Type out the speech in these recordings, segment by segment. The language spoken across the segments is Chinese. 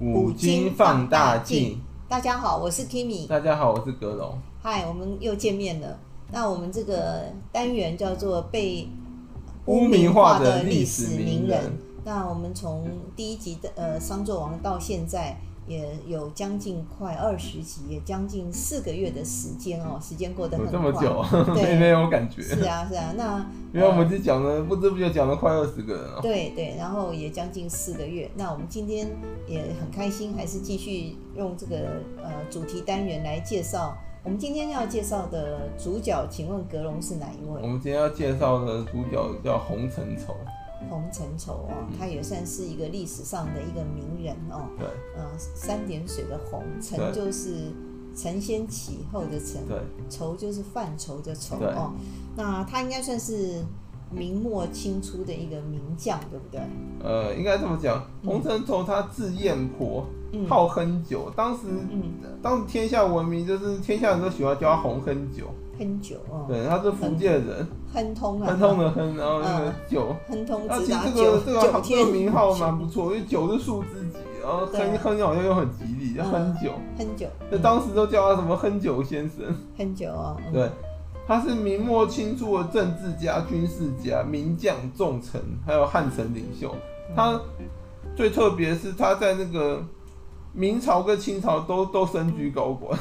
五金放大镜。 大家好，我是 Kimi。 大家好，我是格龙。 嗨，我们又见面了。那我们这个单元叫做被污名化的历史名人。 那我们从第一集的商纣王到现在，也有将近快20集，也将近4个月的时间哦，时间过得很快。 这么久，没有感觉。 是啊，那因为我们讲了不知不觉讲了快20个人哦。 对，然后也将近4个月。那我们今天也很开心，还是继续用这个主题单元来介绍。我们今天要介绍的主角，请问格龙是哪一位？ 我们今天要介绍的主角叫洪承畴。 洪承畴哦，他也算是一个历史上的一个名人哦。 对。 三点水的洪，承就是承先启后的承， 对。 畴就是范畴的畴哦。那他应该算是明末清初的一个名将，对不对？ 应该这么讲，洪承畴他字彦颇，好亨九。当时天下闻名，就是天下人都喜欢叫他洪亨九。 亨九哦。对， 他是福建人。 亨通啊。 亨通的亨，然后那个九。 亨通其直达这个名号蛮不错，因为九是数字几，然后亨好像又很吉利，叫亨九。 亨九。 那当时都叫他什么亨九先生。 亨九哦。 对。他是明末清初的政治家、军事家、名将、重臣，还有汉臣领袖。他最特别的是他在那个明朝跟清朝都身居高官。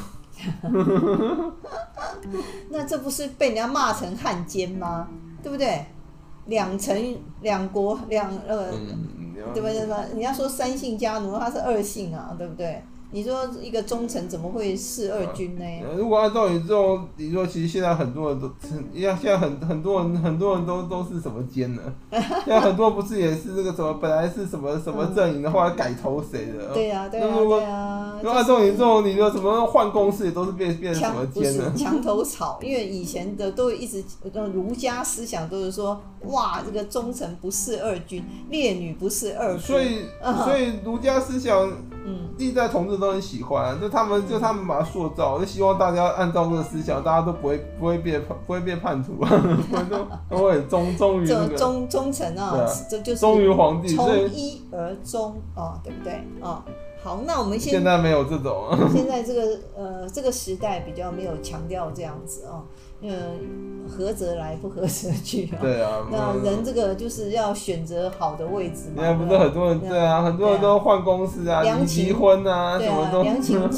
那这不是被人家骂成汉奸吗？对不对？两国对不对？人家说三姓家奴，他是2姓啊，对不对？你说一个忠臣怎么会弑2君呢？ 如果按照你这种理论，其实现在很多人都，现在很多人都是什么奸呢？现在很多不是也是那个什么，本来是什么阵营的，后来改投谁的？ 对啊。 如果按照你这种理论，什么换公司也都是变成什么奸呢？ 墙头草，因为以前的都一直儒家思想都是说，哇，这个忠臣不弑2君，烈女不弑2夫。 所以儒家思想，历代统治都很喜欢，就他们把它塑造，就希望大家按照这个思想，大家都不会变叛徒，都会很忠于那个忠臣啊，这就是忠于皇帝， 从一而终哦，对不对哦？好，那我们现在没有这种， 现在这个时代比较没有强调这样子哦。合则来，不合则去啊。 对啊， 那人这个就是要选择好的位置嘛。 现在不是很多人对啊，很多人都换公司啊，离婚啊，什么都。 良禽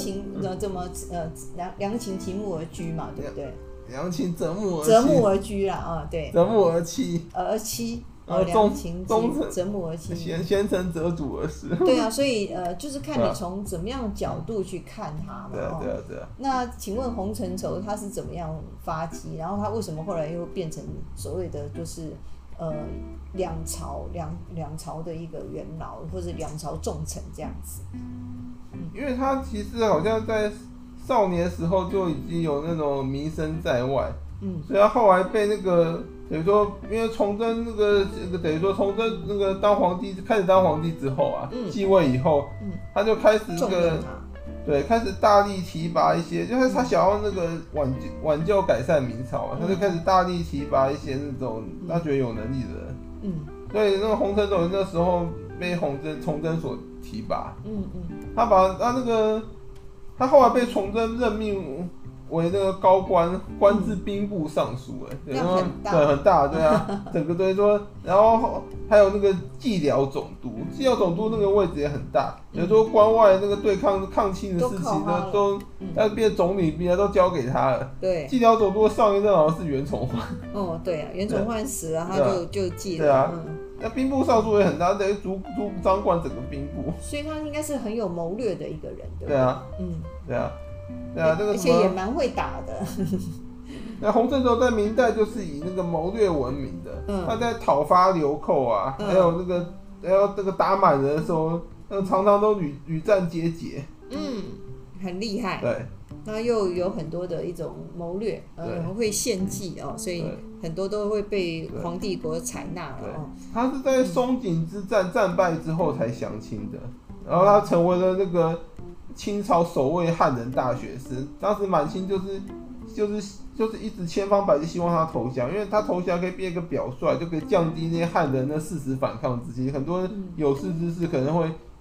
齐木而居嘛，对不对？ 良禽择木而居啦啊，对。 择木而栖。 良禽择木而栖， 贤臣择主而事。 对啊，所以就是看你从怎么样的角度去看他嘛。 对啊。 那请问洪承畴他是怎么样发迹？然后他为什么后来又变成所谓的就是两朝的一个元老，或者2朝重臣这样子？ 因为他其实好像在少年时候就已经有那种名声在外，所以他后来被那个等于说，因为崇祯那个等于说崇祯那个开始当皇帝之后啊，继位以后，他就开始开始大力提拔一些，就是他想要那个挽救改善明朝啊，他就开始大力提拔一些那种他觉得有能力的人，所以那个洪承畴那时候被崇祯所提拔，他后来被崇祯任命为那个高官至兵部尚书， 对，很大，对啊，整个等于说，然后还有那个蓟辽总督那个位置也很大，等于说关外那个对抗清的事情都要变总理兵都交给他了。 对， 蓟辽总督上一任好像是袁崇焕。 哦，对啊，袁崇焕死了，他就继了。 对啊，那兵部尚书也很大，等于掌管整个兵部。 所以他应该是很有谋略的一个人，对不对？ 对啊，对啊。 而且也蛮会打的。 那洪承畴在明代就是以那个谋略闻名的，他在讨伐流寇啊，还有那个打满人的时候，常常都屡战皆捷。 很厉害。 对。 那又有很多的一种谋略，会献计哦，所以很多都会被皇帝国采纳了哦。 他是在松井之战战败之后才降清的，然后他成为了那个清朝首位汉人大学士。当时满清就是一直千方百计希望他投降，因为他投降可以变一个表率，就可以降低那些汉人的事实反抗之心。很多有识之士可能会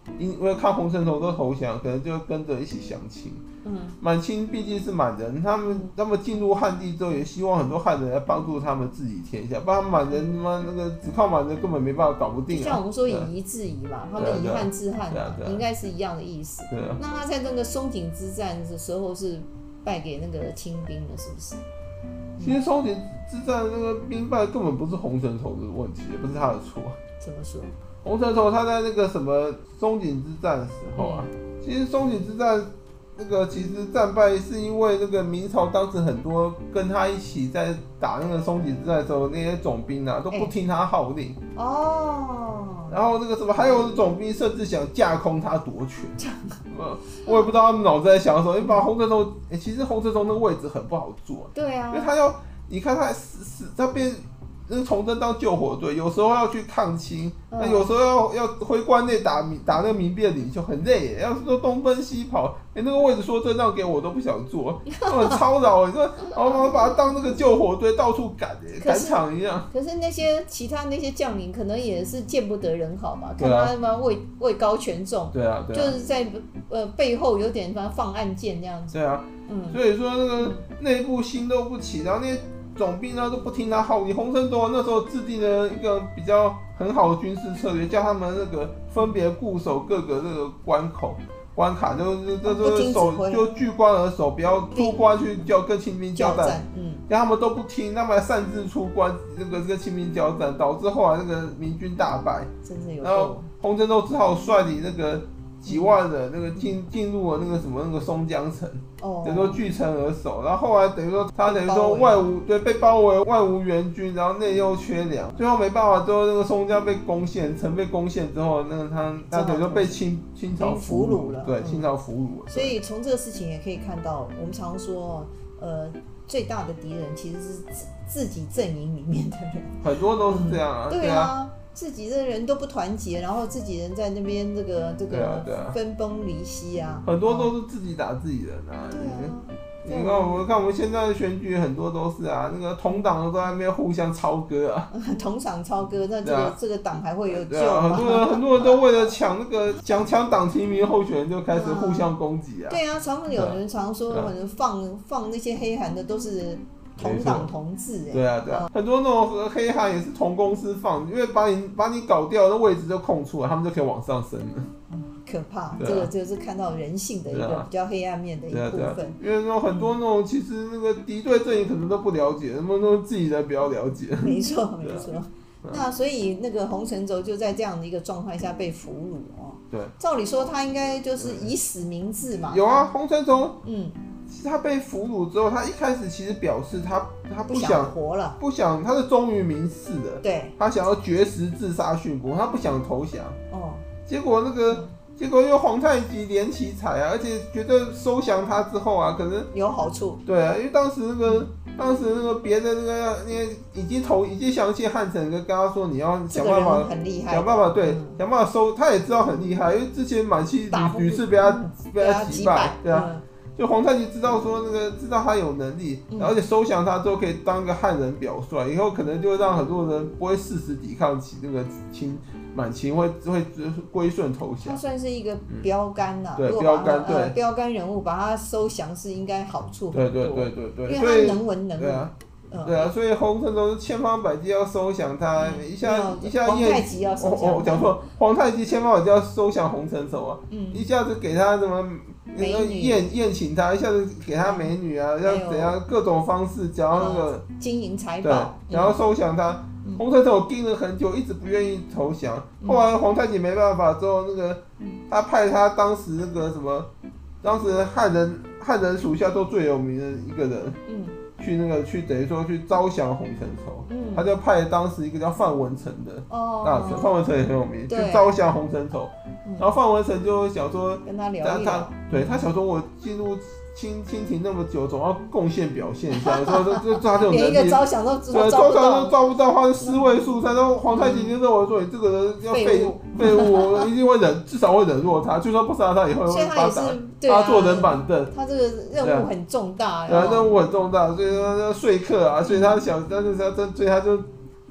因为看洪承畴都投降，可能就跟着一起降清。满清毕竟是满人，他们进入汉地之后，也希望很多汉人来帮助他们治理天下，不然满人那个只靠满人根本没办法搞不定啊。 像我们说以夷制夷嘛，他们以汉治汉嘛，应该是一样的意思。那他在那个松井之战的时候是败给那个清兵了，是不是？ 其实松井之战那个兵败根本不是洪承畴的问题，也不是他的错。 怎么说？ 洪承畴他在那个什么松井之战的时候啊，其实松井之战那个其实战败是因为那个明朝当时很多跟他一起在打那个松井之战的时候，那些总兵啊都不听他号令。然后那个什么，还有总兵甚至想架空他夺权。我也不知道他们脑子在想什么，因为把洪承畴，其实洪承畴那个位置很不好做。 对啊， 因为他要，你看他变。那个崇祯当救火队，有时候要去抗清，那有时候要回关内打那个民变领袖，很累耶。要是说东奔西跑，那个位置说这让给我都不想做，很操劳。你说，然后把他当那个救火队到处赶，赶场一样。 可是那些其他那些将领可能也是见不得人好嘛，看他们位高权重， 对啊， 就是在背后有点放暗箭这样子。 对啊，所以说那个内部心都不起，然后那些总兵呢都不听他号令。洪承畴那时候制定了一个比较很好的军事策略，叫他们那个分别固守各个这个关卡，就是守就据关而守，不要出关去跟清兵交战。但他们都不听，他们还擅自出关，那个跟清兵交战，导致后来那个明军大败。然后洪承畴只好率领那个几万人那个进入了那个什么那个松江城，等于说据城而守。然后后来等于说他外无被包围，外无援军，然后内又缺粮，最后没办法，最后那个松江被攻陷，城被攻陷之后，那个他等于说被清朝俘虏了，对，清朝俘虏了。 所以从这个事情也可以看到，我们常说最大的敌人其实是自己阵营里面的人， 很多都是这样啊。 对啊。自己的人都不团结，然后自己人在那边这个分崩离析啊， 很多都是自己打自己人啊。你看我们现在的选举很多都是啊，那个同党都在那边互相操割啊， 同党操割，那这个党还会有救吗？很多人都为了抢那个抢党提名候选人，就开始互相攻击啊。 对啊，有人常说，可能放那些黑函的都是同党同志。 对啊，很多那种黑函也是同公司放，因为把你搞掉，那位置就空出来，他们就可以往上升了。 可怕，这个就是看到人性的一个比较黑暗面的一部分。 因为很多那种其实那个敌对阵营可能都不了解，他们都自己人比较了解。 没错。那所以那个洪承畴就在这样的一个状态下被俘虏哦。 对， 照理说他应该就是以死明志嘛。 有啊，洪承畴，他被俘虏之后，他一开始其实表示他不想活了， 他是忠于民事的， 对， 他想要绝食自杀殉国，他不想投降。结果因为皇太极怜其才啊，而且觉得收降他之后啊，可能有好处。 对啊，因为当时那个别的那个已经降弃汉臣，跟他说你要想办法， 很厉害， 想办法想办法收。他也知道很厉害，因为之前满清屡次被他击败，对啊。就皇太极知道说知道他有能力，而且收降他之后可以当个汉人表率，以后可能就会让很多人不会誓死抵抗起那个满清会归顺投降。 他算是一个标杆呐， 对，标杆，对， 标杆人物，把他收降是应该好处很多。对， 因为他能文能武。 对啊，所以洪承畴千方百计要收降他，一下皇太极要收降。 我讲错，皇太极千方百计要收降洪承畴啊，一下子给他什么宴请他，一下子给他美女啊，要怎样各种方式，只要那个金银财宝， 然后收降他。洪承畴盯了很久，一直不愿意投降。后来皇太极没办法之后，他派他当时当时汉人属下都最有名的一个人，去等于说去招降洪承畴，他就派当时一个叫范文成的大臣，范文成也很有名，去招降洪承畴。然后范文成就想说跟他聊一聊， 他想说我进入清廷那么久，总要贡献表现一下，说就他这种能力， 连一个招降都招不到，他尸位素餐。然后皇太极就认为说你这个人要废物，一定会至少会冷落他，就算不杀他以后会把他做人板凳。 他这个任务很重大， 任务很重大，所以他说客啊，所以他就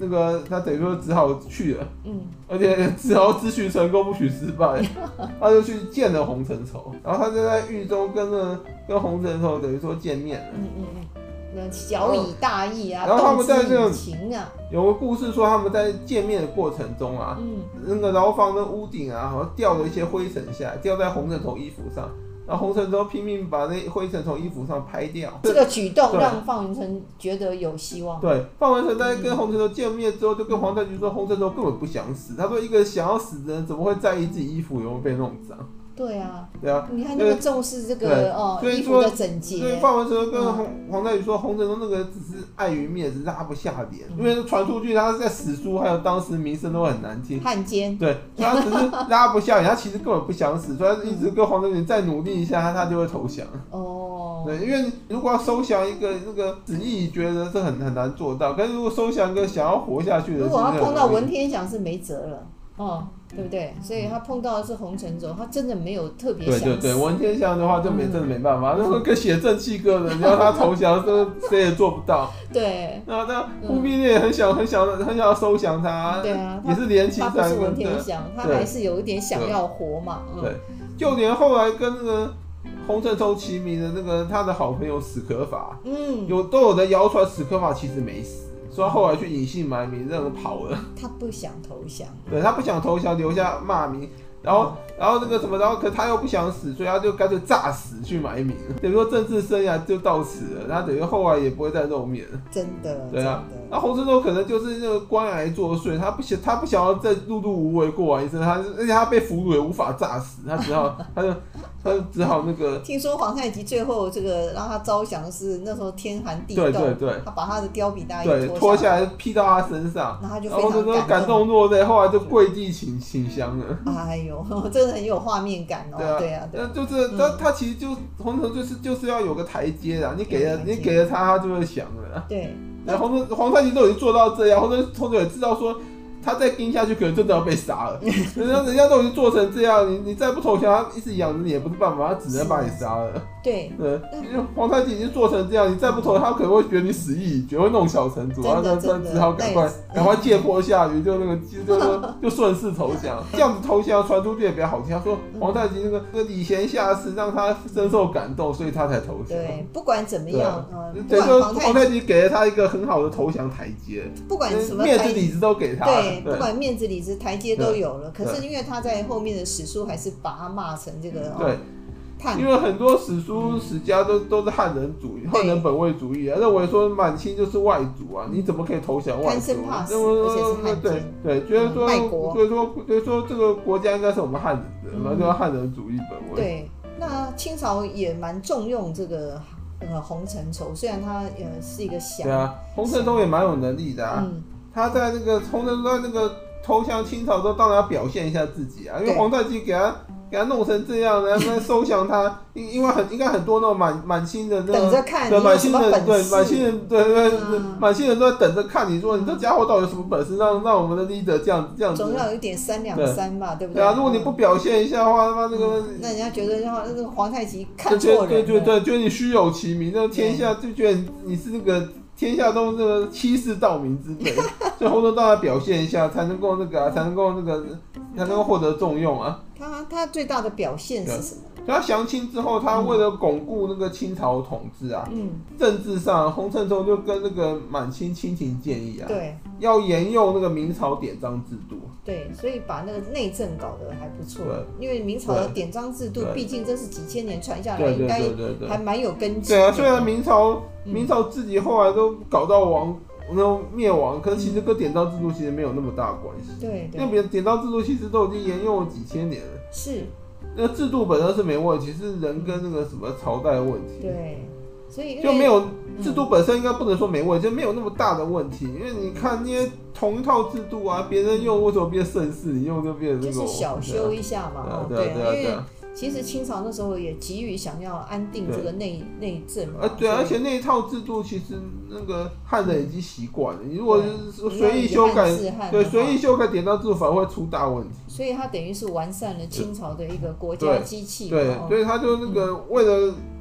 那个他等于说只好去了，而且只好只许成功不许失败，他就去见了洪承畴，然后他就在狱中跟洪承畴等于说见面了， 小以大义啊， 然后他们在这个情啊， 有个故事说他们在见面的过程中啊，那个牢房的屋顶啊，好像掉了一些灰尘下来，掉在洪承畴衣服上。然后洪承畴拼命把那灰尘从衣服上拍掉， 这个举动让范文成觉得有希望。 对，范文成在跟洪承畴见面之后，就跟皇太极说，洪承畴根本不想死。他说，一个想要死的人怎么会在意自己衣服有没有被弄脏？ 对啊， 对啊， 你看那么重视这个衣服的整洁。 所以范文成跟皇太极说，洪承畴那个只是碍于面子，拉不下脸，因为传出去他在史书还有当时名声都很难听， 汉奸。 对，所以他只是拉不下脸，他其实根本不想死，所以他一直跟皇太极再努力一下，他就会投降。哦，对，因为如果要收降一个那个子义，觉得是很难做到，可是如果收降一个想要活下去的， 如果他碰到文天祥是没辙了。对不对？所以他碰到的是洪承畴，他真的没有特别想死。 对，文天祥的话就真的没办法，那个跟写正气歌的，你要他投降，谁也做不到。 对。 那忽必烈很想要收降他， 对啊， 也是连起他不是文天祥，他还是有一点想要活嘛。 对，就连后来跟那个洪承畴齐名的那个他的好朋友史可法，都有的谣传史可法其实没死。所以后来去隐姓埋名，认了跑了。 他不想投降， 对，他不想投降，留下骂名。然后那个什么，然后可他又不想死，所以他就干脆诈死去埋名，等于说政治生涯就到此了。他等于后来也不会再露面了。 真的。 对啊。那洪承畴可能就是那个官癌作祟，他不想要再碌碌无为过完一生，而且他被俘虏也无法诈死，他只好那个。 听说皇太极最后这个让他招降是那时候天寒地冻， 对， 他把他的貂皮大衣脱下来披到他身上， 然后他就非常感动落泪，后来就跪地请降了。 哎呦，真的很有画面感哦。对啊， 就是他其实就洪承畴就是要有个台阶啦，你给了他就会降了。 对。 皇太极都已经做到这样，洪承畴也知道说，他再盯下去可能真的要被杀了。人家都已经做成这样，你再不投降，他一直养着你也不是办法，他只能把你杀了。 对， 皇太极已经做成这样，你再不投降，他可能会觉得你死意已决，会弄小城主，然后只好赶快借坡下驴，就顺势投降。这样子投降传出去也比较好听。他说皇太极那个礼贤下士，让他深受感动，所以他才投降。 对，不管怎么样， 对，就皇太极给了他一个很好的投降台阶， 不管什么面子里子都给他。 对，不管面子里子台阶都有了。可是因为他在后面的史书还是把他骂成这个对。因为很多史书史家都是汉人主义、汉人本位主义啊，认为说满清就是外族啊，你怎么可以投降外族？ 贪生怕死，而且是汉奸。 对，觉得说这个国家应该是我们汉人的，然后叫汉人主义本位。 对，那清朝也蛮重用这个洪承畴，虽然他是一个降。对啊，洪承畴也蛮有能力的啊。他在那个洪承畴在那个投降清朝之后，当然要表现一下自己啊，因为皇太极给他弄成这样，然后收降他，因为应该很多那种满清的那等着看， 对满清人满清人都在等着看你说你这家伙到底有什么本事，让我们的 leader 这样子， 总要有一点三两三嘛，对不对？对啊，如果你不表现一下的话，他妈那个那人家觉得那个皇太极看错人了， 对，觉得你虚有其名，那天下就觉得你是那个。天下都这个欺世盗名之辈，所以洪承畴要表现一下，才能够获得重用啊。 他最大的表现是什么？ 他降清之后，他为了巩固那个清朝的统治啊，政治上洪承畴就跟那个满清清廷建议啊， 对， 要沿用那个明朝典章制度。 对，所以把那个内政搞得还不错。因为明朝的典章制度，毕竟这是几千年传下来，应该还蛮有根基。 对啊，虽然明朝自己后来都搞到灭亡，可是其实跟典章制度其实没有那么大关系。 对， 因为典章制度其实都已经沿用了几千年了。 是。 那制度本身是没问题，是人跟那个什么朝代的问题。 对，所以就没有制度本身应该不能说没问题，就没有那么大的问题。因为你看那些同一套制度啊，别人用为什么变盛世，你用就变那种。 就是小修一下嘛。对啊，因为其实清朝那时候也急于想要安定这个内政嘛。 对，而且那一套制度其实那个汉人已经习惯了。你如果随意修改，随意修改典章制度反而会出大问题。 所以它等于是完善了清朝的一个国家机器。 对，所以他就那个为了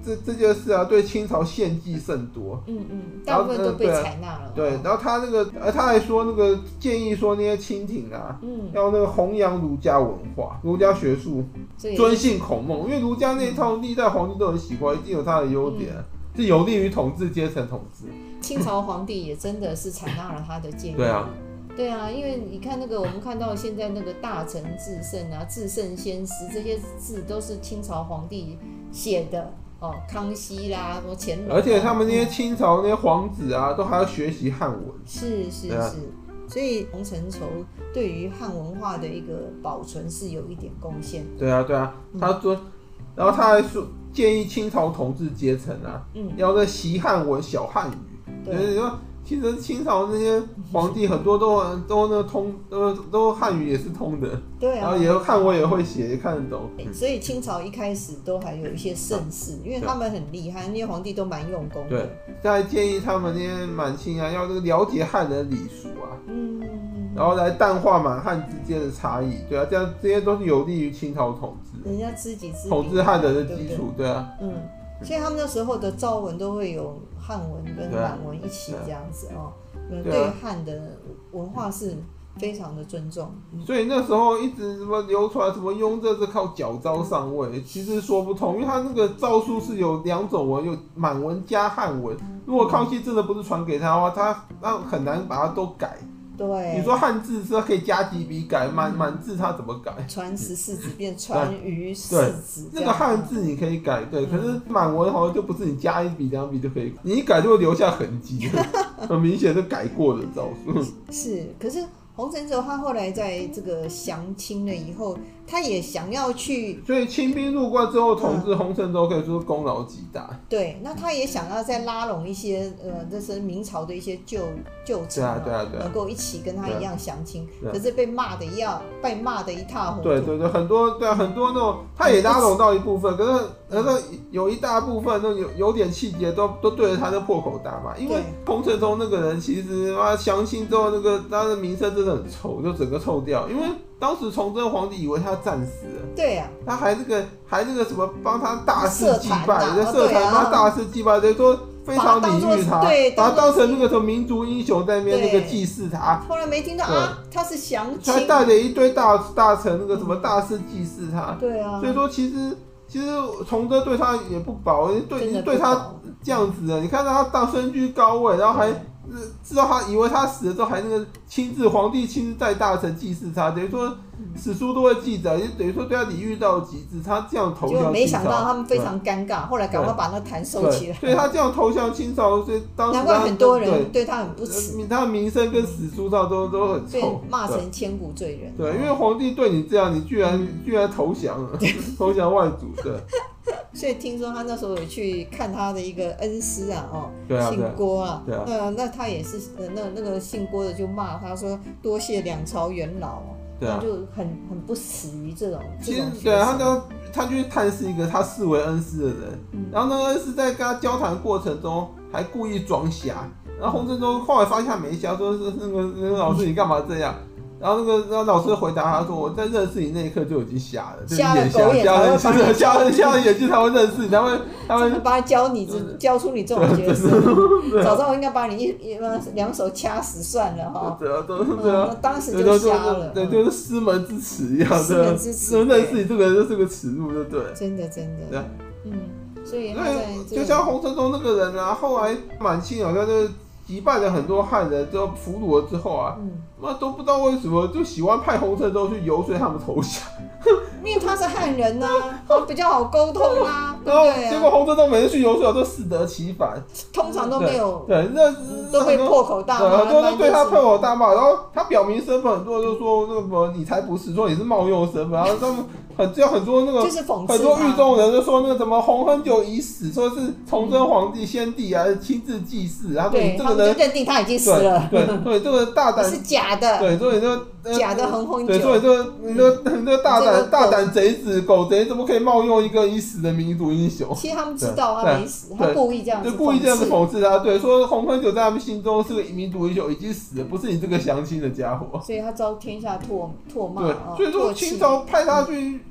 这件事啊，对清朝献计甚多。 大部分都被采纳了。 对，然后他还说那个建议说那些清廷啊，要那个弘扬儒家文化、儒家学术，尊信孔孟，因为儒家那一套历代皇帝都很喜欢，一定有他的优点，是有利于统治阶层统治。 清朝皇帝也真的是采纳了他的建议。对啊，因为你看那个，我们看到现在那个大臣至圣啊、至圣先师这些字都是清朝皇帝写的哦，康熙啦，什么乾隆， 而且他们那些清朝那些皇子啊，都还要学习汉文。 是，所以洪承畴对于汉文化的一个保存是有一点贡献。 对啊，然后他还说建议清朝统治阶层啊，要在习汉文、晓汉语。对，其实清朝那些皇帝很多都那通都汉语也是通的， 对啊， 然后也汉文也会写，也看得懂。 所以清朝一开始都还有一些盛世，因为他们很厉害，那些皇帝都蛮用功的。 对，再建议他们那些满清啊，要这个了解汉人的礼俗啊，然后来淡化满汉之间的差异。对啊，这样这些都是有利于清朝统治， 人家知己知彼， 统治汉人的基础。对啊， 所以他们那时候的诏文都会有汉文跟满文一起这样子哦，对汉的文化是非常的尊重。 所以那时候一直什么流传什么雍正是靠矫诏上位，其实说不通，因为他那个诏书是有2种文，有满文加汉文。如果康熙真的不是传给他的话，他很难把它都改。 对， 你说汉字是可以加几笔改，满字它怎么改？ 传14子变传于4子， 那个汉字你可以改，对，可是满文好像就不是你加1笔2笔就可以，你一改就会留下痕迹，很明显是改过的诏书。 是，可是洪承畴他后来在这个降清了以后，他也想要去， 所以清兵入关之后统治洪承畴可以说功劳极大。 对，那他也想要再拉拢一些这是明朝的一些旧臣能够一起跟他一样降清，可是被骂的一塌糊涂。 对，很多那种，他也拉拢到一部分，可是有一大部分都有点气节都对着他的破口大骂，因为洪承畴那个人其实降清之后他的名声真的很臭，就整个臭掉，因为当时崇祯皇帝以为他战死了， 对啊， 他还那个什么帮他大肆祭拜，在社团帮他大肆祭拜，等于说非常礼遇他，把他当成那个什么民族英雄在那边那个祭祀他。 后来没听到啊，他是降清， 他带着一堆大臣那个什么大肆祭祀他。 对啊， 所以说其实崇祯对他也不薄，对他这样子的，你看他当身居高位，然后还知道他以为他死了之后，还那个皇帝亲自带大臣祭祀他，等于说史书都会记载，就等于说对他礼遇到极致。他这样投降清朝， 就没想到他们非常尴尬，后来赶快把那坛收起来。 所以他这样投降清朝，所以当时难怪很多人对他很不耻， 他的名声跟史书上都很臭，被骂成千古罪人。 对，因为皇帝对你这样，你居然投降了，投降外族，对。 所以听说他那时候有去看他的一个恩师啊，姓郭啊，那他也是那个姓郭的就骂他说多谢两朝元老，他就很不耻于这种。其实对他去探视一个他视为恩师的人，然后那个恩师在跟他交谈过程中还故意装瞎，然后洪承畴后来发现他没瞎，说是那个老师你干嘛这样？然后那个老师回答他说：“我在认识你那一刻就已经瞎了， 瞎了狗眼才会瞎了眼睛才会认识你，他会把他教出你这种角色。早知道我应该把你2手掐死算了哈。对啊，当时就瞎了。 对，就是师门之耻一样的。 师门之耻， 认识你这个人就是个耻辱，对不对？ 真的。对，所以就像洪承畴那个人啊，后来满清好像就击败了很多汉人，之后俘虏了之后啊。那都不知道为什么就喜欢派洪承畴去游说他们投降， 因为他是汉人呐，他比较好沟通啊。 然后结果洪承畴每次去游说都适得其反， 通常都没有， 对， 都被破口大骂， 都对他破口大骂。然后他表明身份，很多人就说那个你才不是，说你是冒用身份。然后他们很多那个很多狱中人就说那个什么洪亨九已死，说是崇祯皇帝先帝啊亲自祭祀，然后你这个人就认定他已经死了。 对，这个大胆是假的， 对，所以假的洪亨九， 对，所以你这大胆贼子狗贼怎么可以冒用一个已死的民族英雄？ 其实他们知道他没死，他故意这样子， 就故意这样子讽刺他。对，说洪亨九在他们心中是个民族英雄，已经死了，不是你这个降清的家伙。 所以他遭天下唾骂。 对，所以说清朝派他去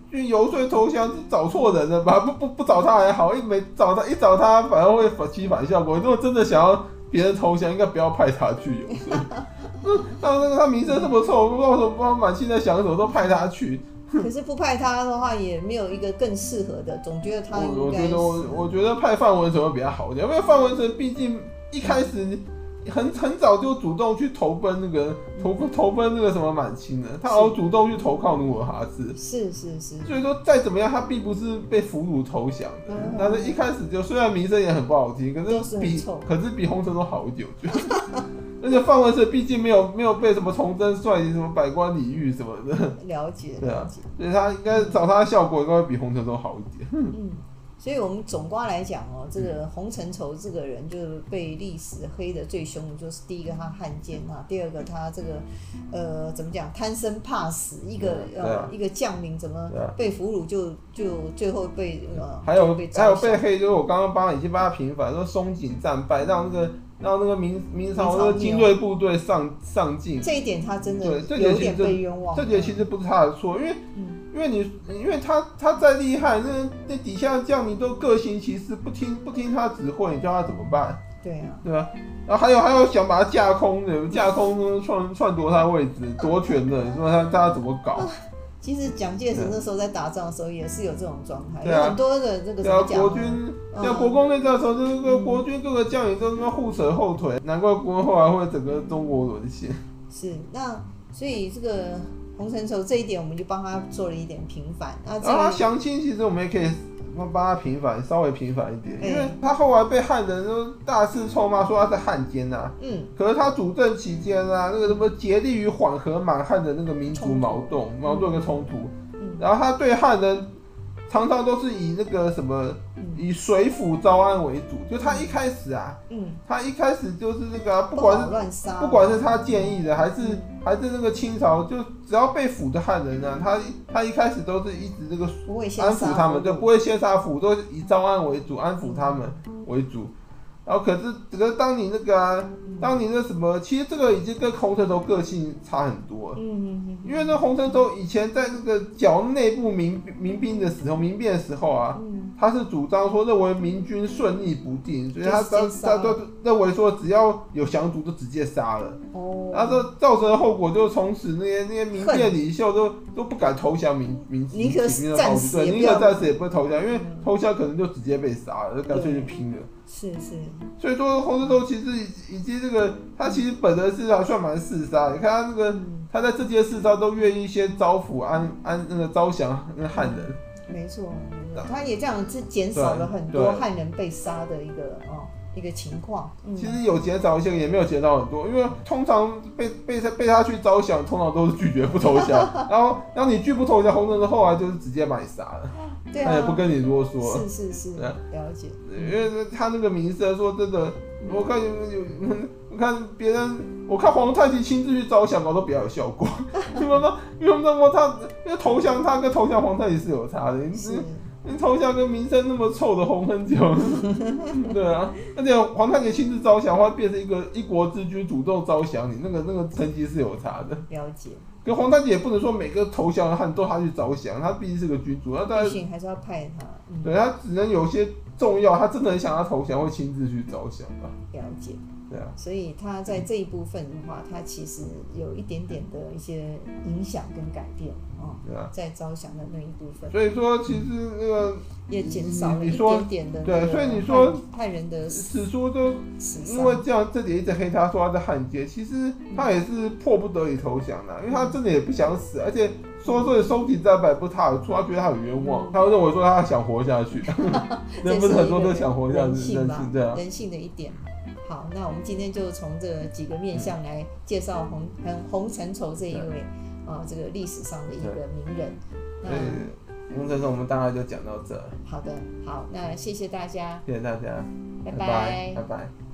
去游说投降，是找错人了吧？不找他还好，一找他反而会起反效果。如果真的想要别人投降，应该不要派他去游说。他名声这么臭，不知道满清在想什么，都派他去。 可是不派他的话，也没有一个更适合的，总觉得他应该我觉得派范文成会比较好一点，因为范文成毕竟一开始很早就主动去投奔那个什么满清的，他好主动去投靠努尔哈赤。 是。 所以说再怎么样，他并不是被俘虏投降的，但是一开始就虽然名声也很不好听，可是比洪承畴好一点，我觉得。而且范文成毕竟没有被什么崇祯率领什么百官礼遇什么的。 了解。 对啊，所以他应该找他的效果应该会比洪承畴好一点。 所以我们总括来讲这个洪承畴这个人就是被历史黑的最凶的，就是第一个他汉奸第二个他这个怎么讲贪生怕死，一个将领怎么被俘虏就最后被还有被黑，就是我刚刚已经帮他平反，说松井战败，让那个明朝的精锐部队上进， 这一点他真的有点被冤枉。 这点其实不是他的错，因为他再厉害，那底下的将领都各行其事，不听他指挥，你叫他怎么办？ 对啊， 对吧？然后还有想把他架空篡夺他位置夺权的，你说他怎么搞？ 其实蒋介石那时候在打仗的时候也是有这种状态，有很多的这个怎么讲？ 国军像国共内战的时候，这个国军各个将领都互扯后腿，难怪国后来会整个中国沦陷。 是，那所以这个洪承畴这一点，我们就帮他做了一点平反。然后他降清，其实我们也可以帮他平反，稍微平反一点，因为他后来被汉人都大肆臭骂说他是汉奸可是他主政期间那个什么竭力于缓和满汉的那个民族矛盾跟冲突，然后他对汉人常常都是以那个什么以水府招安为主，就他一开始他一开始就是那个不管是他建议的，还是那个清朝，就只要被俘的汉人他一开始都是一直这个安抚他们，就不会先杀俘，都是以招安为主，安抚他们为主。然后可是当你那什么，其实这个已经跟洪承畴个性差很多了。因为那洪承畴以前在那个剿内部民变的时候他是主张说认为明军顺利不定，所以他都认为说只要有降卒就直接杀了。然后这造成的后果就是从此那些民变领袖都不敢投降民宁可战死也不会投降，因为投降可能就直接被杀了，就干脆就拼了。 是， 所以说洪承畴其实以及这个他其实本人是还算蛮嗜杀，你看他那个他在这件事上都愿意先招抚那个招降那汉人。 没错，他也这样子减少了很多汉人被杀的一个情况。 其实有减少一些，也没有减少很多，因为通常被他去招降，通常都是拒绝不投降，然后你拒不投降，洪承畴后来就是直接把你杀了。他也不跟你啰嗦。 是，了解。 因为他那个名声，说真的，我看别人，我看皇太极亲自去招降，都比较有效果。因为投降他跟投降皇太极是有差的。你投降跟名声那么臭的洪承畴，对啊，而且皇太极亲自招降的话，变成一国之君主动招降你，那个成绩是有差的。 了解。 可皇太极也不能说每个投降的汉都他去招降，他毕竟是个君主， 毕竟还是要派他。 对，他只能有些重要，他真的很想要投降，会亲自去招降吧。 了解。 对啊， 所以他在这一部分的话，他其实有一点点的一些影响跟改变对啊， 在招降的那一部分。 所以说，其实那个也减少了一点点的对，所以你说汉人的史书都因为这点一直黑他说他是汉奸，其实他也是迫不得已投降的，因为他真的也不想死，而且说你松井战败不是他的错，他觉得他有冤枉，他认为说他想活下去，人不是很多都想活下去， 人性的一点。好，那我们今天就从这几个面向来介绍洪承畴这一位这个历史上的一个名人。 洪承畴我们大概就讲到这。 好的，好，那谢谢大家， 谢谢大家， 拜拜， 拜拜。